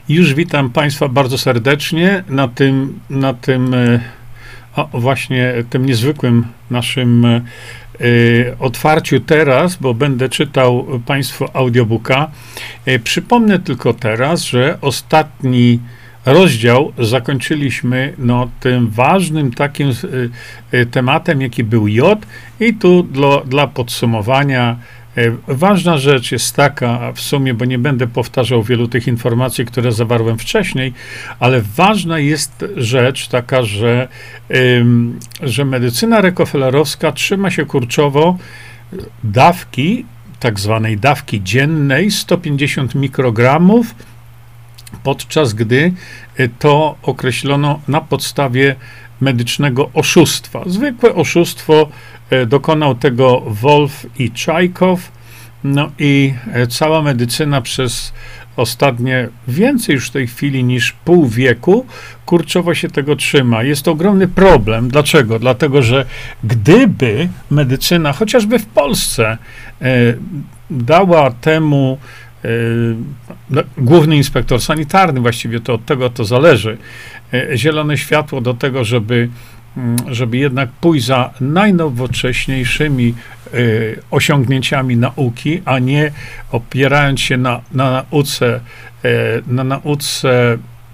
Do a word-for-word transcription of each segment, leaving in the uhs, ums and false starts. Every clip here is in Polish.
Już witam Państwa bardzo serdecznie na tym, na tym o, właśnie tym niezwykłym naszym y, otwarciu teraz, bo będę czytał Państwu audiobooka. Y, przypomnę tylko teraz, że ostatni rozdział zakończyliśmy no, tym ważnym takim y, y, tematem, jaki był Jod. I tu dla, dla podsumowania ważna rzecz jest taka w sumie, bo nie będę powtarzał wielu tych informacji, które zawarłem wcześniej, ale ważna jest rzecz taka, że, ym, że medycyna rockefellerowska trzyma się kurczowo dawki, tak zwanej dawki dziennej, sto pięćdziesiąt mikrogramów, podczas gdy to określono na podstawie medycznego oszustwa. Zwykłe oszustwo dokonał tego Wolf i Czajkow, no i cała medycyna przez ostatnie więcej już w tej chwili niż pół wieku kurczowo się tego trzyma. Jest to ogromny problem. Dlaczego? Dlatego, że gdyby medycyna, chociażby w Polsce, dała temu no, główny inspektor sanitarny, właściwie to od tego to zależy, zielone światło do tego, żeby, żeby jednak pójść za najnowocześniejszymi y, osiągnięciami nauki, a nie opierając się na, na nauce, y, na nauce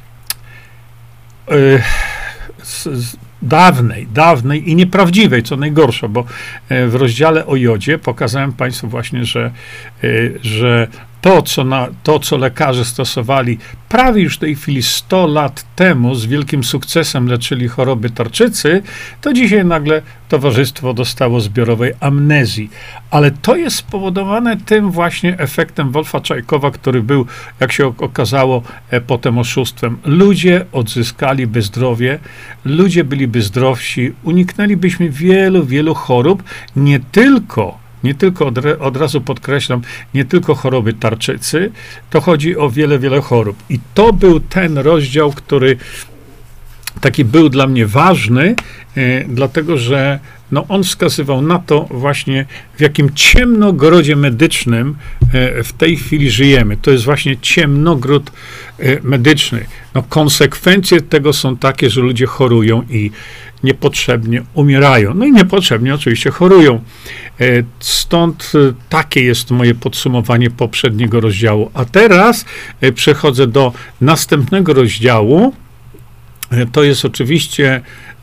y, z, z dawnej, dawnej i nieprawdziwej, co najgorsze, bo y, w rozdziale o jodzie pokazałem Państwu właśnie, że, y, że To co, na, to, co lekarze stosowali prawie już w tej chwili sto lat temu, z wielkim sukcesem leczyli choroby tarczycy, to dzisiaj nagle towarzystwo dostało zbiorowej amnezji. Ale to jest spowodowane tym właśnie efektem Wolfa Czajkowa, który był, jak się okazało, e, potem oszustwem. Ludzie odzyskaliby zdrowie, ludzie byliby zdrowsi, uniknęlibyśmy wielu, wielu chorób, nie tylko Nie tylko, od, od razu podkreślam, nie tylko choroby tarczycy, to chodzi o wiele, wiele chorób. I to był ten rozdział, który taki był dla mnie ważny, y, dlatego że no, on wskazywał na to właśnie, w jakim ciemnogrodzie medycznym y, w tej chwili żyjemy. To jest właśnie ciemnogród y, medyczny. No, konsekwencje tego są takie, że ludzie chorują i niepotrzebnie umierają. No i niepotrzebnie oczywiście chorują. Stąd takie jest moje podsumowanie poprzedniego rozdziału. A teraz przechodzę do następnego rozdziału. To jest oczywiście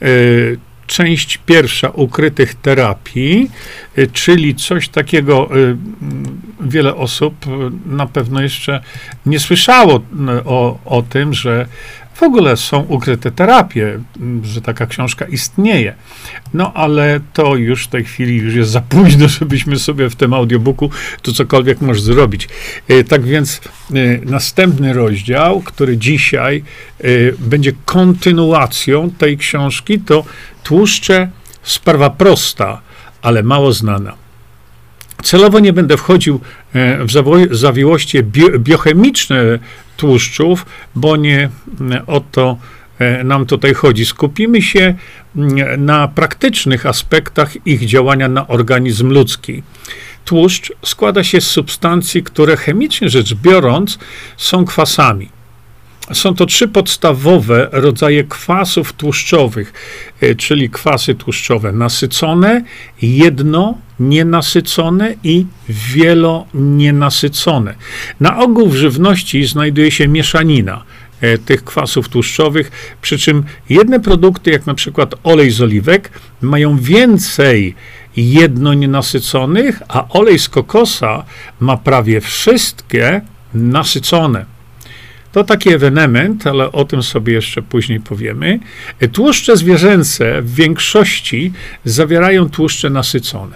część pierwsza ukrytych terapii, czyli coś takiego wiele osób na pewno jeszcze nie słyszało o, o tym, że w ogóle są ukryte terapie, że taka książka istnieje. No ale to już w tej chwili już jest za późno, żebyśmy sobie w tym audiobooku to cokolwiek może zrobić. Tak więc następny rozdział, który dzisiaj będzie kontynuacją tej książki, to tłuszcze, sprawa prosta, ale mało znana. Celowo nie będę wchodził w zawiłości bio, biochemiczne tłuszczów, bo nie o to nam tutaj chodzi. Skupimy się na praktycznych aspektach ich działania na organizm ludzki. Tłuszcz składa się z substancji, które chemicznie rzecz biorąc są kwasami. Są to trzy podstawowe rodzaje kwasów tłuszczowych, czyli kwasy tłuszczowe nasycone, jedno nienasycone i wielonienasycone. Na ogół w żywności znajduje się mieszanina tych kwasów tłuszczowych, przy czym jedne produkty, jak na przykład olej z oliwek, mają więcej jednonienasyconych, a olej z kokosa ma prawie wszystkie nasycone. To taki ewenement, ale o tym sobie jeszcze później powiemy. Tłuszcze zwierzęce w większości zawierają tłuszcze nasycone,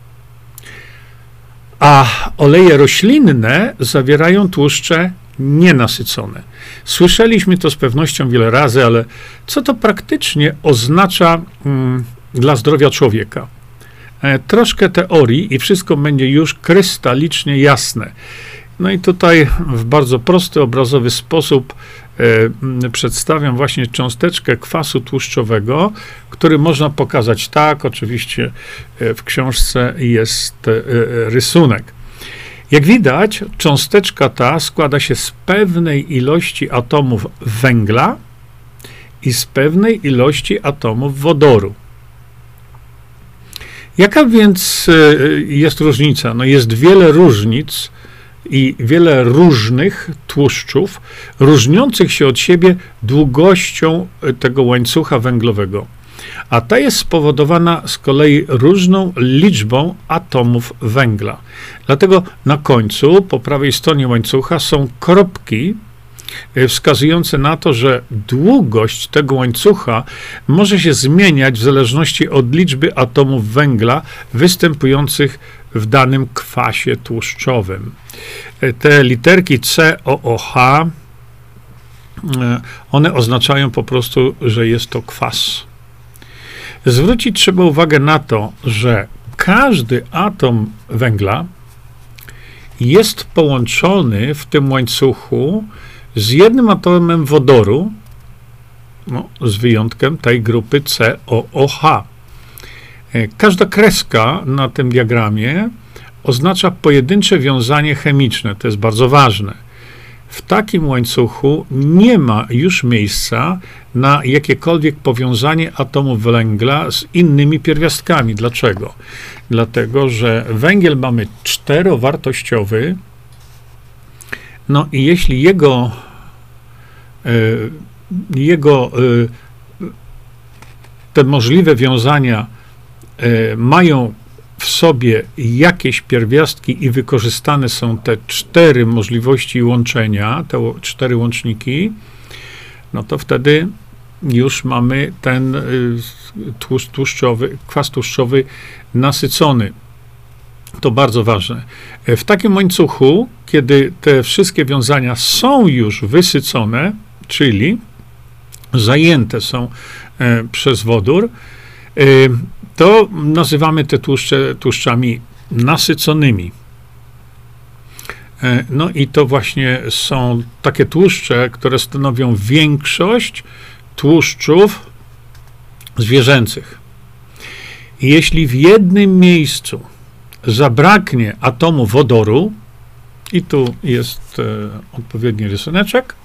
a oleje roślinne zawierają tłuszcze nienasycone. Słyszeliśmy to z pewnością wiele razy, ale co to praktycznie oznacza mm, dla zdrowia człowieka? E, troszkę teorii i wszystko będzie już krystalicznie jasne. No i tutaj w bardzo prosty, obrazowy sposób e, przedstawiam właśnie cząsteczkę kwasu tłuszczowego, który można pokazać tak, oczywiście e, w książce jest e, rysunek. Jak widać, cząsteczka ta składa się z pewnej ilości atomów węgla i z pewnej ilości atomów wodoru. Jaka więc jest różnica? No jest wiele różnic i wiele różnych tłuszczów, różniących się od siebie długością tego łańcucha węglowego. A ta jest spowodowana z kolei różną liczbą atomów węgla. Dlatego na końcu, po prawej stronie łańcucha, są kropki wskazujące na to, że długość tego łańcucha może się zmieniać w zależności od liczby atomów węgla występujących w danym kwasie tłuszczowym. Te literki C, O, O, H, one oznaczają po prostu, że jest to kwas. Zwrócić trzeba uwagę na to, że każdy atom węgla jest połączony w tym łańcuchu z jednym atomem wodoru, no, z wyjątkiem tej grupy C O O H. Każda kreska na tym diagramie oznacza pojedyncze wiązanie chemiczne. To jest bardzo ważne. W takim łańcuchu nie ma już miejsca na jakiekolwiek powiązanie atomów węgla z innymi pierwiastkami. Dlaczego? Dlatego, że węgiel mamy czterowartościowy, no i jeśli jego, y, jego y, te możliwe wiązania y, mają w sobie jakieś pierwiastki i wykorzystane są te cztery możliwości łączenia, te cztery łączniki, no to wtedy już mamy ten tłuszcz, tłuszczowy, kwas tłuszczowy nasycony. To bardzo ważne. W takim łańcuchu, kiedy te wszystkie wiązania są już wysycone, czyli zajęte są e, przez wodór, e, to nazywamy te tłuszcze tłuszczami nasyconymi. E, no i to właśnie są takie tłuszcze, które stanowią większość tłuszczów zwierzęcych. Jeśli w jednym miejscu zabraknie atomu wodoru, i tu jest e, odpowiedni rysuneczek,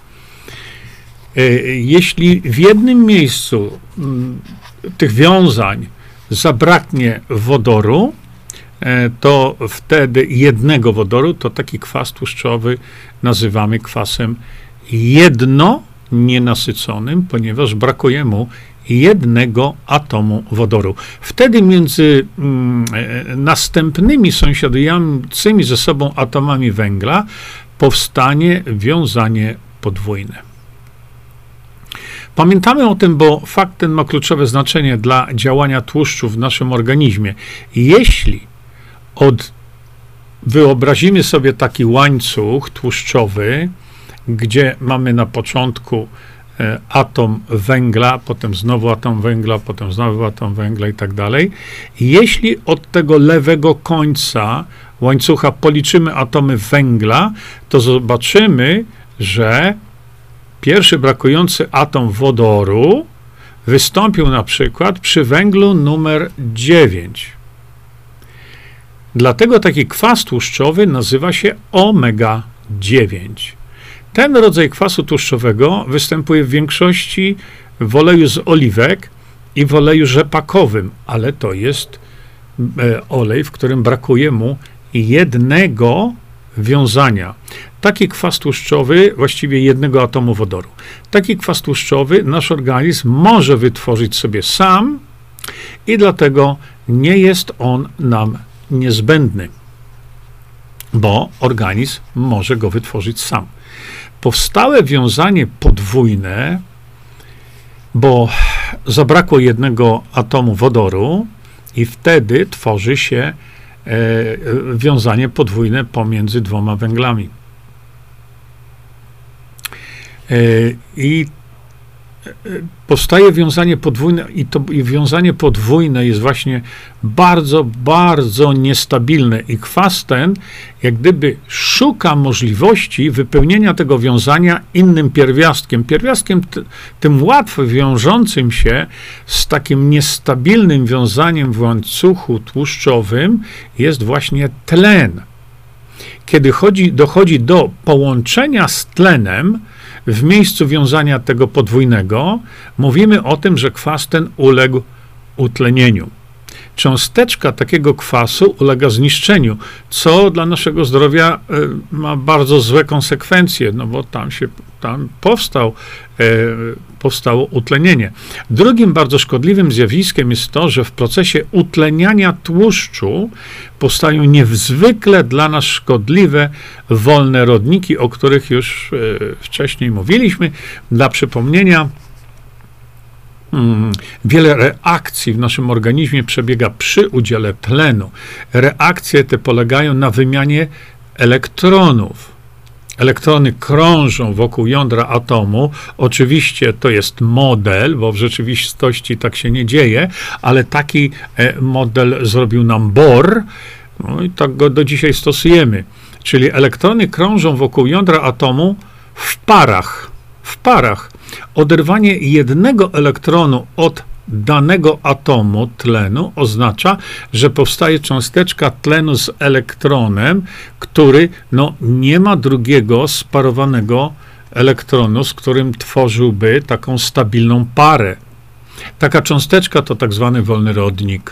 e, jeśli w jednym miejscu m, tych wiązań zabraknie wodoru, e, to wtedy jednego wodoru, to taki kwas tłuszczowy nazywamy kwasem jednonienasyconym, ponieważ brakuje mu jednego atomu wodoru. Wtedy między mm, następnymi sąsiadującymi ze sobą atomami węgla powstanie wiązanie podwójne. Pamiętamy o tym, bo fakt ten ma kluczowe znaczenie dla działania tłuszczu w naszym organizmie. Jeśli od, wyobrazimy sobie taki łańcuch tłuszczowy, gdzie mamy na początku atom węgla, potem znowu atom węgla, potem znowu atom węgla i tak dalej. Jeśli od tego lewego końca łańcucha policzymy atomy węgla, to zobaczymy, że pierwszy brakujący atom wodoru wystąpił na przykład przy węglu numer dziewięć. Dlatego taki kwas tłuszczowy nazywa się omega dziewięć. Ten rodzaj kwasu tłuszczowego występuje w większości w oleju z oliwek i w oleju rzepakowym, ale to jest olej, w którym brakuje mu jednego wiązania. Taki kwas tłuszczowy, właściwie jednego atomu wodoru. Taki kwas tłuszczowy nasz organizm może wytworzyć sobie sam i dlatego nie jest on nam niezbędny, bo organizm może go wytworzyć sam. Powstałe wiązanie podwójne, bo zabrakło jednego atomu wodoru i wtedy tworzy się e, wiązanie podwójne pomiędzy dwoma węglami. E, I powstaje wiązanie podwójne i to i wiązanie podwójne jest właśnie bardzo, bardzo niestabilne i kwas ten jak gdyby szuka możliwości wypełnienia tego wiązania innym pierwiastkiem. Pierwiastkiem t- tym łatwo wiążącym się z takim niestabilnym wiązaniem w łańcuchu tłuszczowym jest właśnie tlen. kiedy chodzi, dochodzi do połączenia z tlenem w miejscu wiązania tego podwójnego, mówimy o tym, że kwas ten uległ utlenieniu. Cząsteczka takiego kwasu ulega zniszczeniu, co dla naszego zdrowia y, ma bardzo złe konsekwencje, no bo tam się tam powstał, y, powstało utlenienie. Drugim bardzo szkodliwym zjawiskiem jest to, że w procesie utleniania tłuszczu powstają niezwykle dla nas szkodliwe wolne rodniki, o których już y, wcześniej mówiliśmy. Dla przypomnienia, wiele reakcji w naszym organizmie przebiega przy udziale tlenu. Reakcje te polegają na wymianie elektronów. Elektrony krążą wokół jądra atomu. Oczywiście to jest model, bo w rzeczywistości tak się nie dzieje, ale taki model zrobił nam Bohr, no i tak go do dzisiaj stosujemy. Czyli elektrony krążą wokół jądra atomu w parach. W parach. Oderwanie jednego elektronu od danego atomu tlenu oznacza, że powstaje cząsteczka tlenu z elektronem, który no, nie ma drugiego sparowanego elektronu, z którym tworzyłby taką stabilną parę. Taka cząsteczka to tak zwany wolny rodnik.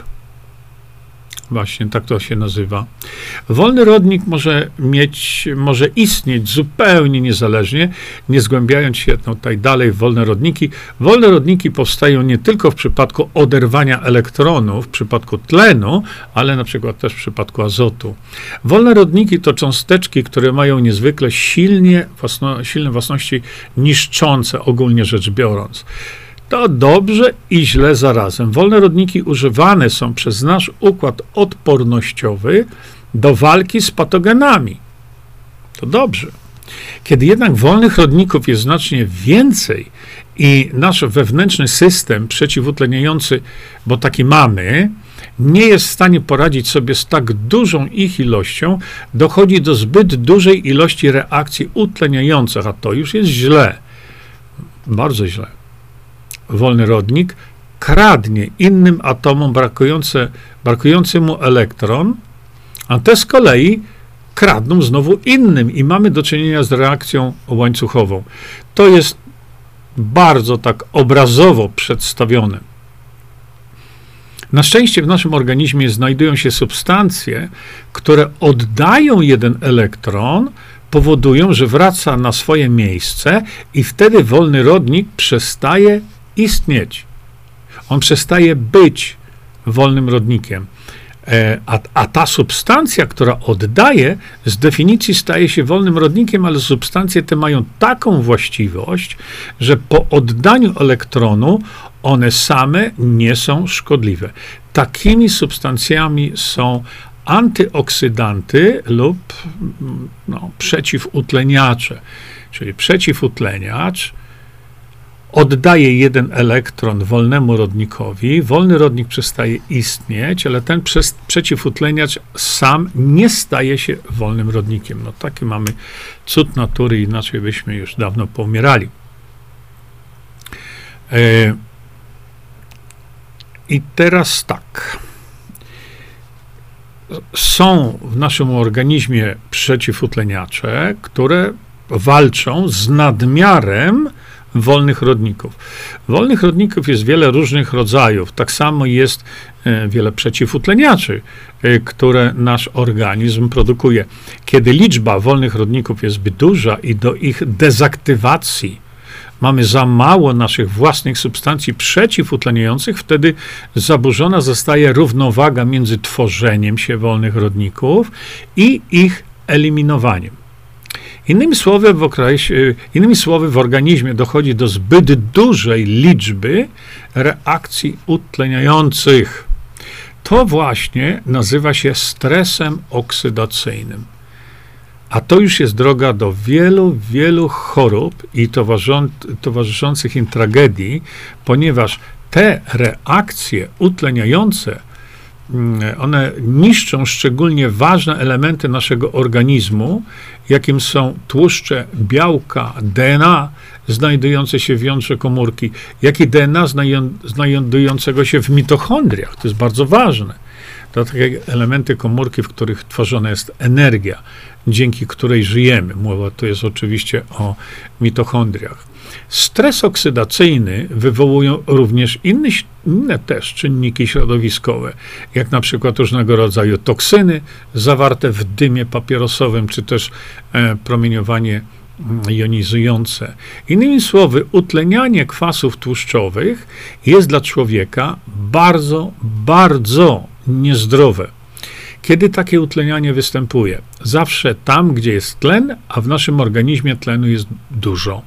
Właśnie tak to się nazywa. Wolny rodnik może mieć, może istnieć zupełnie niezależnie, nie zgłębiając się tutaj dalej w wolne rodniki. Wolne rodniki powstają nie tylko w przypadku oderwania elektronów, w przypadku tlenu, ale na przykład też w przypadku azotu. Wolne rodniki to cząsteczki, które mają niezwykle silnie własno, silne własności niszczące, ogólnie rzecz biorąc. To dobrze i źle zarazem. Wolne rodniki używane są przez nasz układ odpornościowy do walki z patogenami. To dobrze. Kiedy jednak wolnych rodników jest znacznie więcej i nasz wewnętrzny system przeciwutleniający, bo taki mamy, nie jest w stanie poradzić sobie z tak dużą ich ilością, dochodzi do zbyt dużej ilości reakcji utleniających, a to już jest źle. Bardzo źle. Wolny rodnik kradnie innym atomom brakujące, brakujący mu elektron, a te z kolei kradną znowu innym i mamy do czynienia z reakcją łańcuchową. To jest bardzo tak obrazowo przedstawione. Na szczęście w naszym organizmie znajdują się substancje, które oddają jeden elektron, powodują, że wraca na swoje miejsce i wtedy wolny rodnik przestaje istnieć. On przestaje być wolnym rodnikiem. A, a ta substancja, która oddaje, z definicji staje się wolnym rodnikiem, ale substancje te mają taką właściwość, że po oddaniu elektronu one same nie są szkodliwe. Takimi substancjami są antyoksydanty lub no, przeciwutleniacze. Czyli przeciwutleniacz oddaje jeden elektron wolnemu rodnikowi, wolny rodnik przestaje istnieć, ale ten przez, przeciwutleniacz sam nie staje się wolnym rodnikiem. No taki mamy cud natury, inaczej byśmy już dawno poumierali. E, I teraz tak. Są w naszym organizmie przeciwutleniacze, które walczą z nadmiarem wolnych rodników. Wolnych rodników jest wiele różnych rodzajów. Tak samo jest e, wiele przeciwutleniaczy, e, które nasz organizm produkuje. Kiedy liczba wolnych rodników jest zbyt duża i do ich dezaktywacji mamy za mało naszych własnych substancji przeciwutleniających, wtedy zaburzona zostaje równowaga między tworzeniem się wolnych rodników i ich eliminowaniem. Innymi słowy, w okresie, innymi słowy, w organizmie dochodzi do zbyt dużej liczby reakcji utleniających. To właśnie nazywa się stresem oksydacyjnym. A to już jest droga do wielu, wielu chorób i towarzyszących im tragedii, ponieważ te reakcje utleniające, one niszczą szczególnie ważne elementy naszego organizmu, jakim są tłuszcze, białka, D N A znajdujące się w jądrze komórki, jak i D N A znajdującego się w mitochondriach. To jest bardzo ważne. To takie elementy komórki, w których tworzona jest energia. dzięki której żyjemy. Mowa tu jest oczywiście o mitochondriach. Stres oksydacyjny wywołują również inne, inne też czynniki środowiskowe, jak na przykład różnego rodzaju toksyny zawarte w dymie papierosowym, czy też e, promieniowanie jonizujące. Innymi słowy, utlenianie kwasów tłuszczowych jest dla człowieka bardzo, bardzo niezdrowe. Kiedy takie utlenianie występuje? Zawsze tam, gdzie jest tlen, a w naszym organizmie tlenu jest dużo.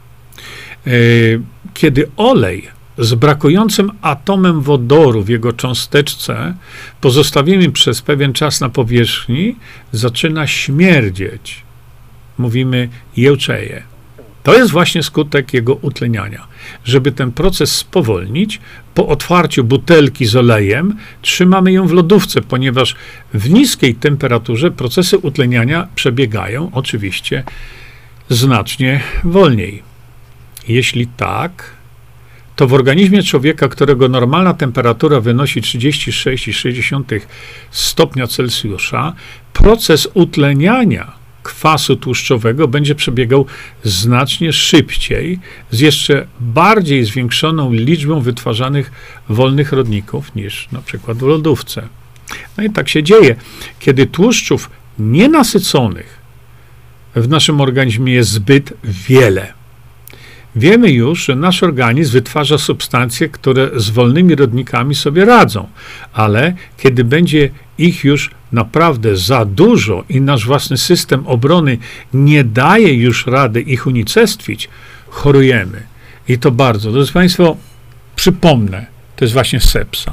Kiedy olej z brakującym atomem wodoru w jego cząsteczce pozostawimy przez pewien czas na powierzchni, zaczyna śmierdzieć. Mówimy jełczeje. To jest właśnie skutek jego utleniania. Żeby ten proces spowolnić, po otwarciu butelki z olejem trzymamy ją w lodówce, ponieważ w niskiej temperaturze procesy utleniania przebiegają oczywiście znacznie wolniej. Jeśli tak, to w organizmie człowieka, którego normalna temperatura wynosi trzydzieści sześć przecinek sześć stopnia Celsjusza, proces utleniania kwasu tłuszczowego będzie przebiegał znacznie szybciej, z jeszcze bardziej zwiększoną liczbą wytwarzanych wolnych rodników niż na przykład w lodówce. No i tak się dzieje. Kiedy tłuszczów nienasyconych w naszym organizmie jest zbyt wiele, wiemy już, że nasz organizm wytwarza substancje, które z wolnymi rodnikami sobie radzą, ale kiedy będzie ich już naprawdę za dużo i nasz własny system obrony nie daje już rady ich unicestwić, chorujemy. I to bardzo. Drodzy Państwo, przypomnę, to jest właśnie sepsa.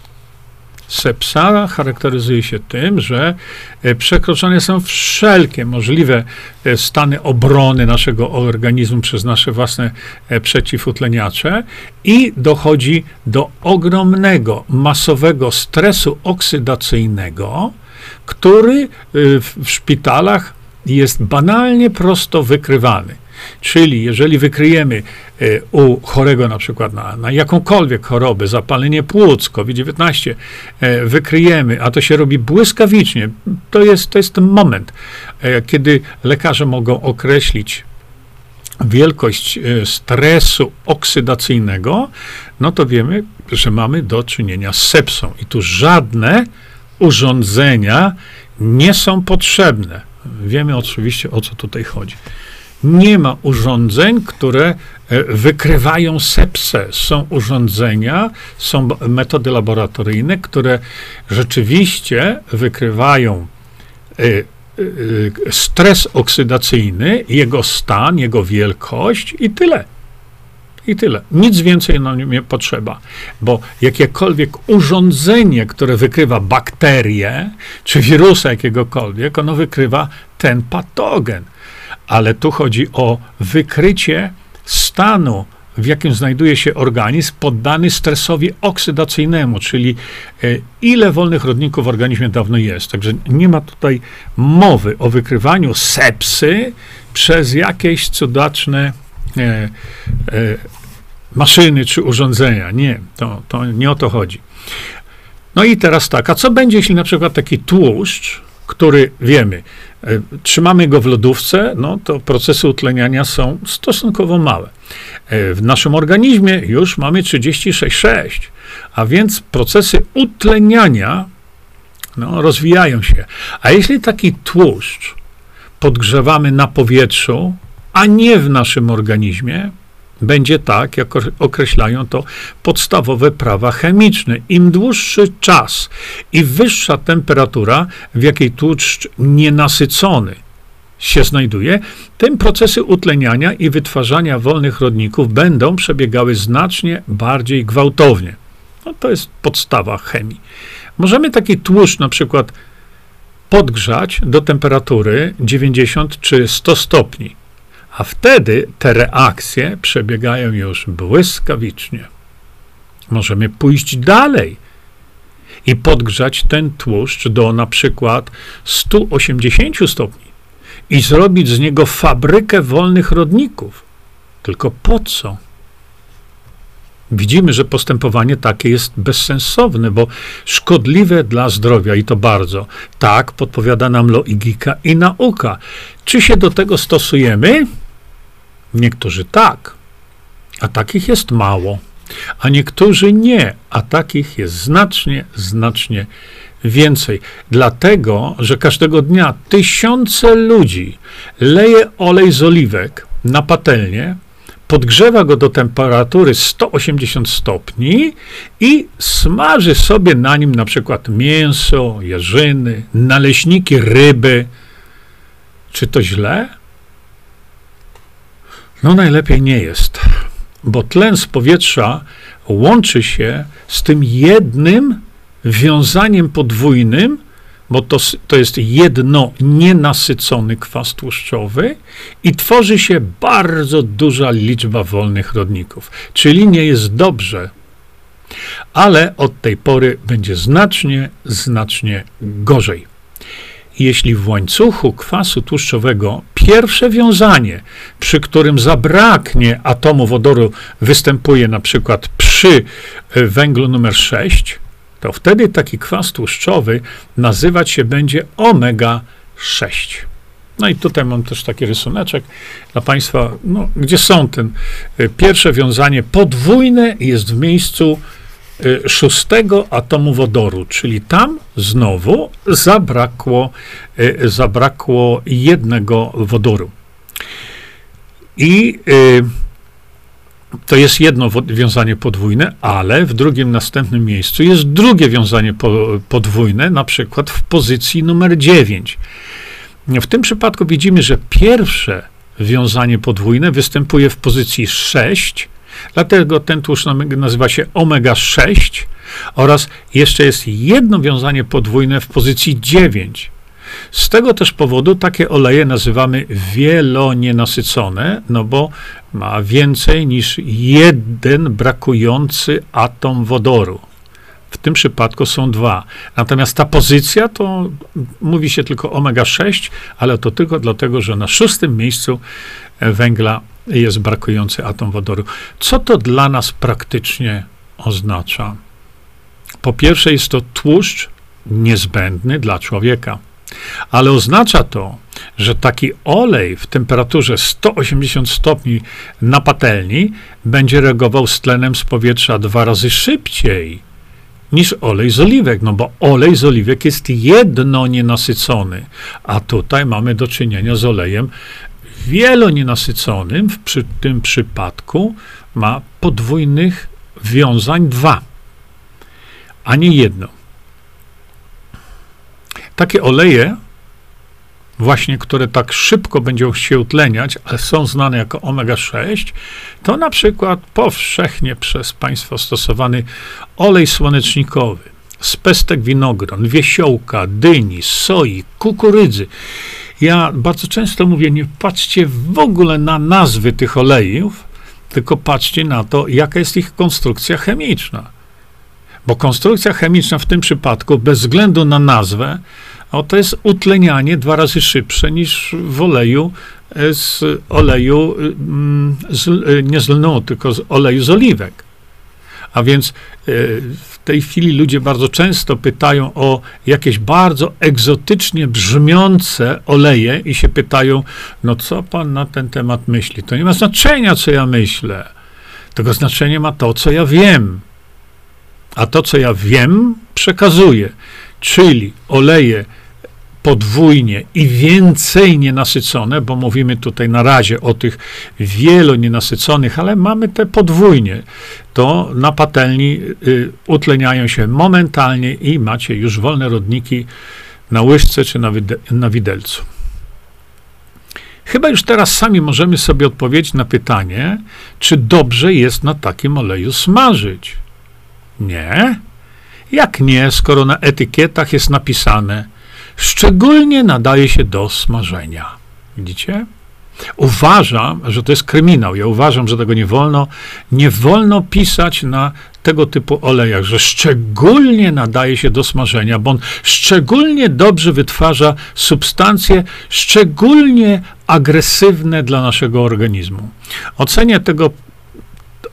Sepsa charakteryzuje się tym, że przekroczone są wszelkie możliwe stany obrony naszego organizmu przez nasze własne przeciwutleniacze i dochodzi do ogromnego, masowego stresu oksydacyjnego, który w szpitalach jest banalnie prosto wykrywany. Czyli jeżeli wykryjemy u chorego na przykład na, na jakąkolwiek chorobę, zapalenie płuc, COVID dziewiętnaście, wykryjemy, a to się robi błyskawicznie, to jest, to jest ten moment, kiedy lekarze mogą określić wielkość stresu oksydacyjnego, no to wiemy, że mamy do czynienia z sepsą. I tu żadne urządzenia nie są potrzebne. Wiemy oczywiście, o co tutaj chodzi. Nie ma urządzeń, które wykrywają sepsę. Są urządzenia, są metody laboratoryjne, które rzeczywiście wykrywają stres oksydacyjny, jego stan, jego wielkość i tyle. I tyle. Nic więcej nam nie potrzeba, bo jakiekolwiek urządzenie, które wykrywa bakterię, czy wirusa jakiegokolwiek, ono wykrywa ten patogen. Ale tu chodzi o wykrycie stanu, w jakim znajduje się organizm poddany stresowi oksydacyjnemu, czyli ile wolnych rodników w organizmie dawno jest. Także nie ma tutaj mowy o wykrywaniu sepsy przez jakieś cudaczne e, e, maszyny czy urządzenia. Nie, to, to nie o to chodzi. No i teraz tak, a co będzie, jeśli na przykład taki tłuszcz, który wiemy, e, trzymamy go w lodówce, no to procesy utleniania są stosunkowo małe. E, w naszym organizmie już mamy trzydzieści sześć przecinek sześć, a więc procesy utleniania no, rozwijają się. A jeśli taki tłuszcz podgrzewamy na powietrzu, a nie w naszym organizmie, będzie tak, jak określają to podstawowe prawa chemiczne. Im dłuższy czas i wyższa temperatura, w jakiej tłuszcz nienasycony się znajduje, tym procesy utleniania i wytwarzania wolnych rodników będą przebiegały znacznie bardziej gwałtownie. No, to jest podstawa chemii. Możemy taki tłuszcz na przykład podgrzać do temperatury dziewięćdziesiąt czy sto stopni. A wtedy te reakcje przebiegają już błyskawicznie. Możemy pójść dalej i podgrzać ten tłuszcz do na przykład stu osiemdziesięciu stopni i zrobić z niego fabrykę wolnych rodników. Tylko po co? Widzimy, że postępowanie takie jest bezsensowne, bo szkodliwe dla zdrowia i to bardzo. Tak podpowiada nam logika i nauka. Czy się do tego stosujemy? Niektórzy tak, a takich jest mało. A niektórzy nie, a takich jest znacznie, znacznie więcej. Dlatego, że każdego dnia tysiące ludzi leje olej z oliwek na patelnię, podgrzewa go do temperatury sto osiemdziesiąt stopni i smaży sobie na nim na przykład mięso, jarzyny, naleśniki, ryby. Czy to źle? No najlepiej nie jest, bo tlen z powietrza łączy się z tym jednym wiązaniem podwójnym, bo to, to jest jedno nienasycony kwas tłuszczowy i tworzy się bardzo duża liczba wolnych rodników, czyli nie jest dobrze. Ale od tej pory będzie znacznie, znacznie gorzej. Jeśli w łańcuchu kwasu tłuszczowego pierwsze wiązanie, przy którym zabraknie atomu wodoru, występuje na przykład przy węglu numer sześć, to wtedy taki kwas tłuszczowy nazywać się będzie omega sześć. No i tutaj mam też taki rysuneczek dla Państwa, no, gdzie są ten pierwsze wiązanie podwójne jest w miejscu szóstego atomu wodoru, czyli tam znowu zabrakło, zabrakło jednego wodoru. I to jest jedno wiązanie podwójne, ale w drugim następnym miejscu jest drugie wiązanie podwójne, na przykład w pozycji numer dziewięć. W tym przypadku widzimy, że pierwsze wiązanie podwójne występuje w pozycji sześć, dlatego ten tłuszcz nazywa się omega sześć oraz jeszcze jest jedno wiązanie podwójne w pozycji dziewięć. Z tego też powodu takie oleje nazywamy wielonienasycone, no bo ma więcej niż jeden brakujący atom wodoru. W tym przypadku są dwa. Natomiast ta pozycja to mówi się tylko omega sześć, ale to tylko dlatego, że na szóstym miejscu węgla jest brakujący atom wodoru. Co to dla nas praktycznie oznacza? Po pierwsze jest to tłuszcz niezbędny dla człowieka. Ale oznacza to, że taki olej w temperaturze sto osiemdziesiąt stopni na patelni będzie reagował z tlenem z powietrza dwa razy szybciej niż olej z oliwek, no bo olej z oliwek jest jedno nienasycony, a tutaj mamy do czynienia z olejem wielonienasyconym, w przy tym przypadku ma podwójnych wiązań dwa, a nie jedno. Takie oleje, właśnie które tak szybko będą się utleniać, ale są znane jako omega sześć, to na przykład powszechnie przez Państwa stosowany olej słonecznikowy z pestek winogron, wiesiołka, dyni, soi, kukurydzy. Ja bardzo często mówię, nie patrzcie w ogóle na nazwy tych olejów, tylko patrzcie na to, jaka jest ich konstrukcja chemiczna. Bo konstrukcja chemiczna w tym przypadku, bez względu na nazwę, o, to jest utlenianie dwa razy szybsze niż w oleju z oleju, z, nie z lnu, tylko z oleju z oliwek. A więc w tej chwili ludzie bardzo często pytają o jakieś bardzo egzotycznie brzmiące oleje i się pytają, no co pan na ten temat myśli? To nie ma znaczenia, co ja myślę. Tego znaczenie ma to, co ja wiem. A to, co ja wiem, przekazuję. Czyli oleje podwójnie i więcej nienasycone, bo mówimy tutaj na razie o tych wielonienasyconych, ale mamy te podwójnie, to na patelni y, utleniają się momentalnie i macie już wolne rodniki na łyżce czy na, wide- na widelcu. Chyba już teraz sami możemy sobie odpowiedzieć na pytanie, czy dobrze jest na takim oleju smażyć. Nie? Jak nie, skoro na etykietach jest napisane, szczególnie nadaje się do smażenia. Widzicie? Uważam, że to jest kryminał. Ja uważam, że tego nie wolno. Nie wolno pisać na tego typu olejach, że szczególnie nadaje się do smażenia, bo on szczególnie dobrze wytwarza substancje szczególnie agresywne dla naszego organizmu. Ocenię tego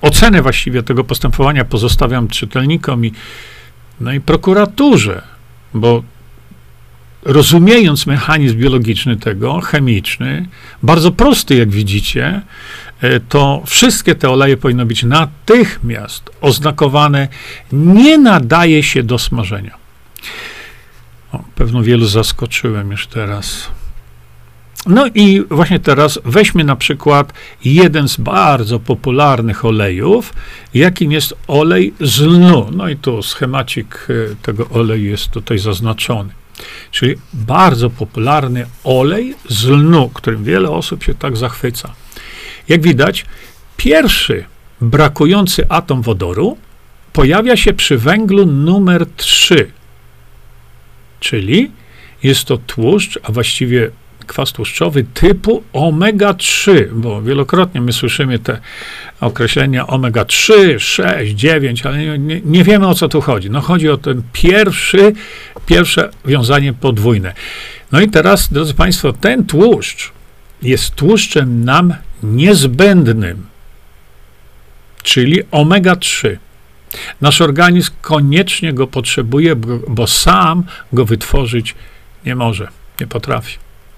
ocenę właściwie tego postępowania pozostawiam czytelnikom i, no i prokuraturze, bo rozumiejąc mechanizm biologiczny tego, chemiczny, bardzo prosty, jak widzicie, to wszystkie te oleje powinny być natychmiast oznakowane, nie nadaje się do smażenia. O, pewno wielu zaskoczyłem już teraz. No i właśnie teraz weźmy na przykład jeden z bardzo popularnych olejów, jakim jest olej z lnu. No i tu schemacik tego oleju jest tutaj zaznaczony. Czyli bardzo popularny olej z lnu, którym wiele osób się tak zachwyca. Jak widać, pierwszy brakujący atom wodoru pojawia się przy węglu numer trzy, czyli jest to tłuszcz, a właściwie kwas tłuszczowy typu omega trzy, bo wielokrotnie my słyszymy te określenia omega trzy, sześć, dziewięć, ale nie, nie, nie wiemy, o co tu chodzi. No chodzi o ten pierwszy, pierwsze wiązanie podwójne. No i teraz, drodzy Państwo, ten tłuszcz jest tłuszczem nam niezbędnym, czyli omega trzy. Nasz organizm koniecznie go potrzebuje, bo, bo sam go wytworzyć nie może, nie potrafi.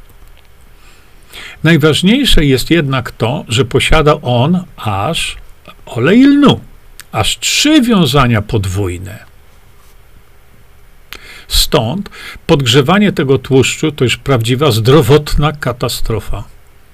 Najważniejsze jest jednak to, że posiada on aż olej lnu, aż trzy wiązania podwójne. Stąd podgrzewanie tego tłuszczu to już prawdziwa zdrowotna katastrofa.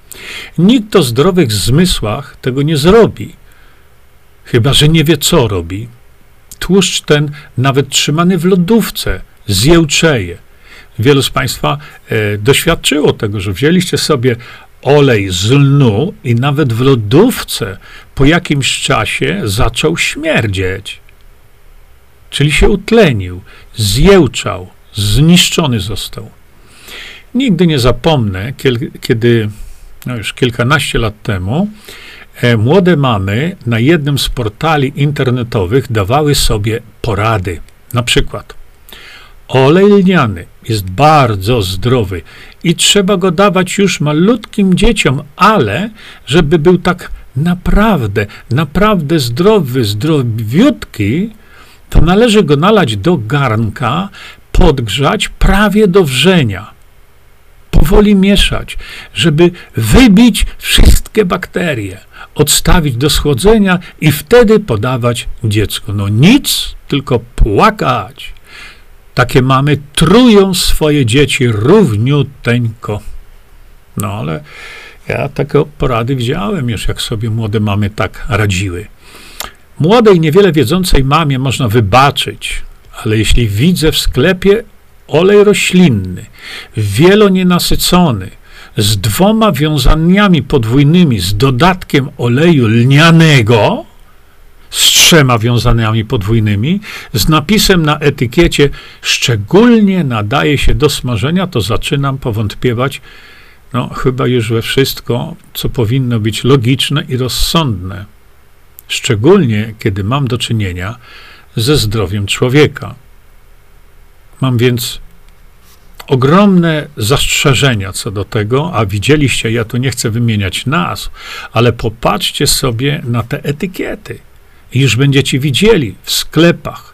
Nikt o zdrowych zmysłach tego nie zrobi, chyba że nie wie, co robi. Tłuszcz ten, nawet trzymany w lodówce, zjełczeje. Wielu z Państwa e, doświadczyło tego, że wzięliście sobie olej z lnu i nawet w lodówce po jakimś czasie zaczął śmierdzieć. Czyli się utlenił, zjełczał, zniszczony został. Nigdy nie zapomnę, kiedy no już kilkanaście lat temu e, młode mamy na jednym z portali internetowych dawały sobie porady. Na przykład olej lniany jest bardzo zdrowy i trzeba go dawać już malutkim dzieciom, ale żeby był tak naprawdę, naprawdę zdrowy, zdrowiutki, to należy go nalać do garnka, podgrzać prawie do wrzenia. Powoli mieszać, żeby wybić wszystkie bakterie, odstawić do schłodzenia i wtedy podawać dziecku. No nic, tylko płakać. Takie mamy trują swoje dzieci równiuteńko. No ale ja takie porady widziałem już, jak sobie młode mamy tak radziły. Młodej, niewiele wiedzącej mamie można wybaczyć, ale jeśli widzę w sklepie olej roślinny, wielonienasycony, z dwoma wiązaniami podwójnymi, z dodatkiem oleju lnianego, z trzema wiązaniami podwójnymi, z napisem na etykiecie szczególnie nadaje się do smażenia, to zaczynam powątpiewać, no chyba już we wszystko, co powinno być logiczne i rozsądne. Szczególnie, kiedy mam do czynienia ze zdrowiem człowieka. Mam więc ogromne zastrzeżenia co do tego, a widzieliście, ja tu nie chcę wymieniać nazw, ale popatrzcie sobie na te etykiety. I już będziecie widzieli w sklepach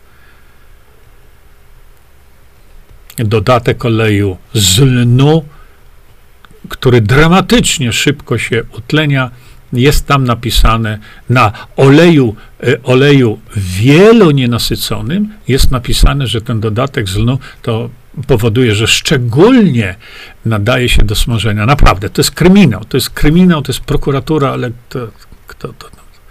dodatek oleju z lnu, który dramatycznie szybko się utlenia. Jest tam napisane na oleju, oleju wielonienasyconym, jest napisane, że ten dodatek z lnu to powoduje, że szczególnie nadaje się do smażenia. Naprawdę, to jest kryminał, to jest kryminał, to jest prokuratura, ale to, kto to...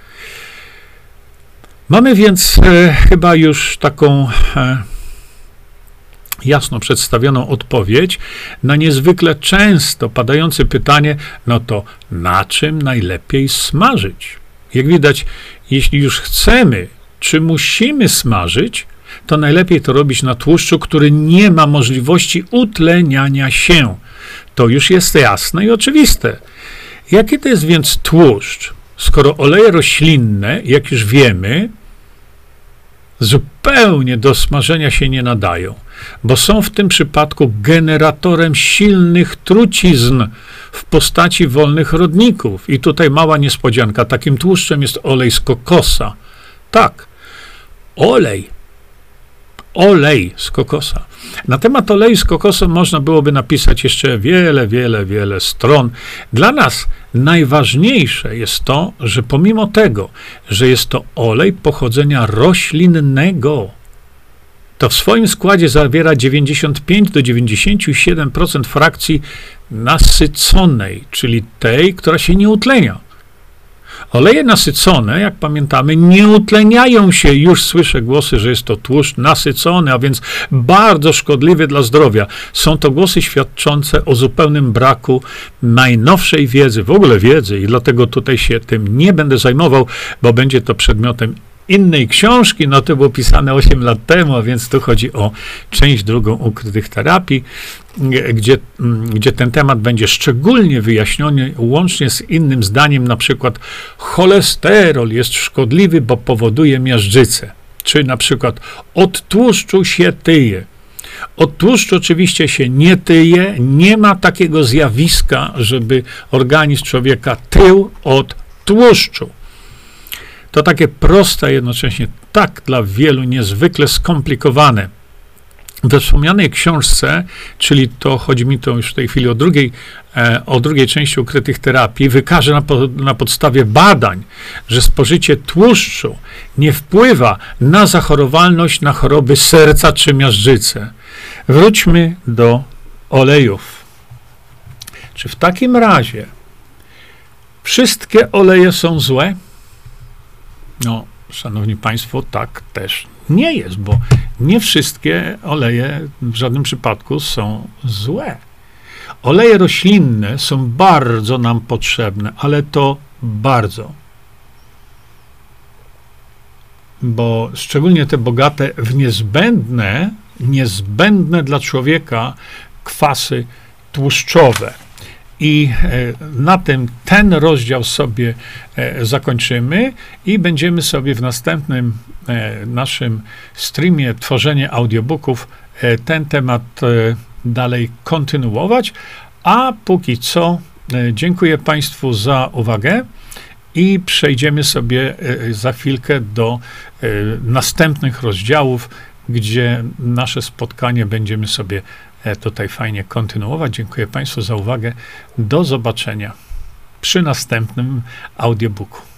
Mamy więc e, chyba już taką e, jasno przedstawioną odpowiedź na niezwykle często padające pytanie, no to na czym najlepiej smażyć? Jak widać, jeśli już chcemy, czy musimy smażyć, to najlepiej to robić na tłuszczu, który nie ma możliwości utleniania się. To już jest jasne i oczywiste. Jaki to jest więc tłuszcz? Skoro oleje roślinne, jak już wiemy, zupełnie do smażenia się nie nadają. bo są w tym przypadku generatorem silnych trucizn w postaci wolnych rodników. I tutaj mała niespodzianka, takim tłuszczem jest olej z kokosa. Tak, olej, olej z kokosa. Na temat oleju z kokosa można byłoby napisać jeszcze wiele, wiele, wiele stron. Dla nas najważniejsze jest to, że pomimo tego, że jest to olej pochodzenia roślinnego, to w swoim składzie zawiera dziewięćdziesiąt pięć do dziewięćdziesięciu siedmiu procent frakcji nasyconej, czyli tej, która się nie utlenia. Oleje nasycone, jak pamiętamy, nie utleniają się. Już słyszę głosy, że jest to tłuszcz nasycony, a więc bardzo szkodliwy dla zdrowia. Są to głosy świadczące o zupełnym braku najnowszej wiedzy, w ogóle wiedzy, i dlatego tutaj się tym nie będę zajmował, bo będzie to przedmiotem innej książki, no to było pisane osiem lat temu, a więc tu chodzi o część drugą ukrytych terapii, gdzie, gdzie ten temat będzie szczególnie wyjaśniony, łącznie z innym zdaniem, na przykład cholesterol jest szkodliwy, bo powoduje miażdżycę, czy na przykład od tłuszczu się tyje. Od tłuszczu oczywiście się nie tyje, nie ma takiego zjawiska, żeby organizm człowieka tył od tłuszczu. To takie proste, jednocześnie tak dla wielu niezwykle skomplikowane. We wspomnianej książce, czyli to chodzi mi to już w tej chwili o drugiej, e, o drugiej części ukrytych terapii, wykaże na, po, na podstawie badań, że spożycie tłuszczu nie wpływa na zachorowalność na choroby serca czy miażdżycę. Wróćmy do olejów. Czy w takim razie wszystkie oleje są złe? No, szanowni państwo, tak też nie jest, bo nie wszystkie oleje w żadnym przypadku są złe. Oleje roślinne są bardzo nam potrzebne, ale to bardzo. Bo szczególnie te bogate w niezbędne, niezbędne dla człowieka kwasy tłuszczowe. I na tym ten rozdział sobie zakończymy i będziemy sobie w następnym naszym streamie tworzenie audiobooków ten temat dalej kontynuować. A póki co dziękuję Państwu za uwagę i przejdziemy sobie za chwilkę do następnych rozdziałów, gdzie nasze spotkanie będziemy sobie tutaj fajnie kontynuować. Dziękuję Państwu za uwagę. Do zobaczenia przy następnym audiobooku.